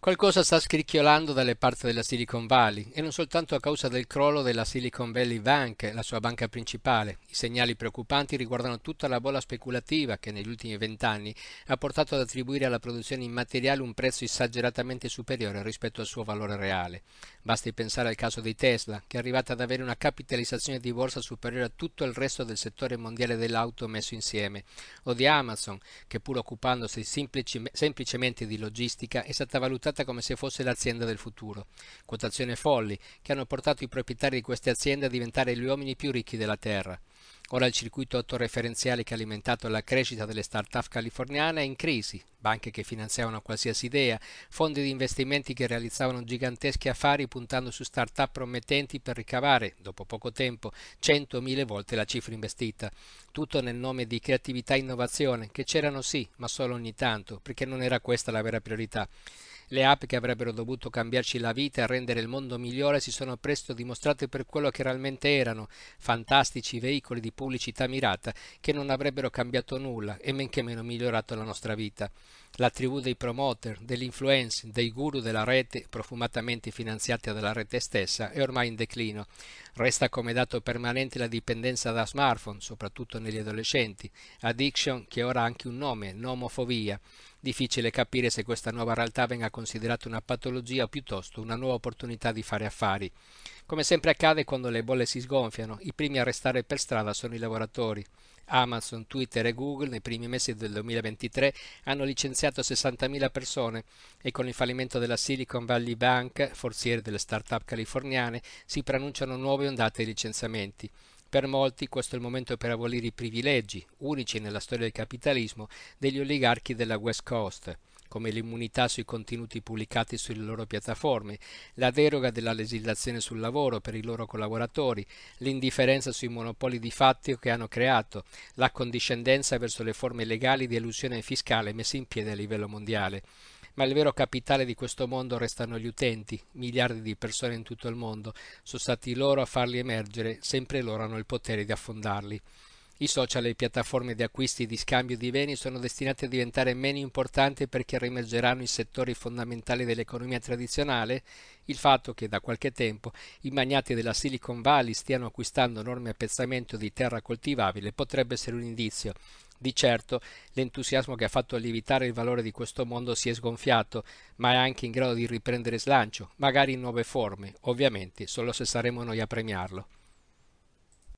Qualcosa sta scricchiolando dalle parti della Silicon Valley e non soltanto a causa del crollo della Silicon Valley Bank, la sua banca principale. I segnali preoccupanti riguardano tutta la bolla speculativa che negli ultimi 20 anni ha portato ad attribuire alla produzione immateriale un prezzo esageratamente superiore rispetto al suo valore reale. Basti pensare al caso di Tesla, che è arrivata ad avere una capitalizzazione di borsa superiore a tutto il resto del settore mondiale dell'auto messo insieme, o di Amazon, che pur occupandosi semplicemente di logistica è stata valutata come se fosse l'azienda del futuro. Quotazioni folli che hanno portato i proprietari di queste aziende a diventare gli uomini più ricchi della Terra. Ora il circuito autoreferenziale che ha alimentato la crescita delle start-up californiane è in crisi, banche che finanziavano qualsiasi idea, fondi di investimenti che realizzavano giganteschi affari puntando su start-up promettenti per ricavare, dopo poco tempo, 100.000 volte la cifra investita. Tutto nel nome di creatività e innovazione, che c'erano sì, ma solo ogni tanto, perché non era questa la vera priorità. Le app che avrebbero dovuto cambiarci la vita e rendere il mondo migliore si sono presto dimostrate per quello che realmente erano, fantastici veicoli di pubblicità mirata che non avrebbero cambiato nulla e men che meno migliorato la nostra vita. La tribù dei promoter, degli influencer, dei guru della rete, profumatamente finanziati dalla rete stessa, è ormai in declino. Resta come dato permanente la dipendenza da smartphone, soprattutto negli adolescenti, addiction che ora ha anche un nome, nomofobia. Difficile capire se questa nuova realtà venga considerata una patologia o piuttosto una nuova opportunità di fare affari. Come sempre accade quando le bolle si sgonfiano, i primi a restare per strada sono i lavoratori. Amazon, Twitter e Google nei primi mesi del 2023 hanno licenziato 60.000 persone e con il fallimento della Silicon Valley Bank, forziere delle start-up californiane, si preannunciano nuove ondate di licenziamenti. Per molti questo è il momento per abolire i privilegi, unici nella storia del capitalismo, degli oligarchi della West Coast, come l'immunità sui contenuti pubblicati sulle loro piattaforme, la deroga della legislazione sul lavoro per i loro collaboratori, l'indifferenza sui monopoli di fatto che hanno creato, la condiscendenza verso le forme legali di elusione fiscale messe in piedi a livello mondiale. Ma il vero capitale di questo mondo restano gli utenti, miliardi di persone in tutto il mondo, sono stati loro a farli emergere, sempre loro hanno il potere di affondarli. I social e le piattaforme di acquisti e di scambio di beni sono destinati a diventare meno importanti perché riemergeranno i settori fondamentali dell'economia tradizionale. Il fatto che da qualche tempo i magnati della Silicon Valley stiano acquistando enormi appezzamenti di terra coltivabile potrebbe essere un indizio. Di certo, l'entusiasmo che ha fatto lievitare il valore di questo mondo si è sgonfiato, ma è anche in grado di riprendere slancio, magari in nuove forme, ovviamente solo se saremo noi a premiarlo.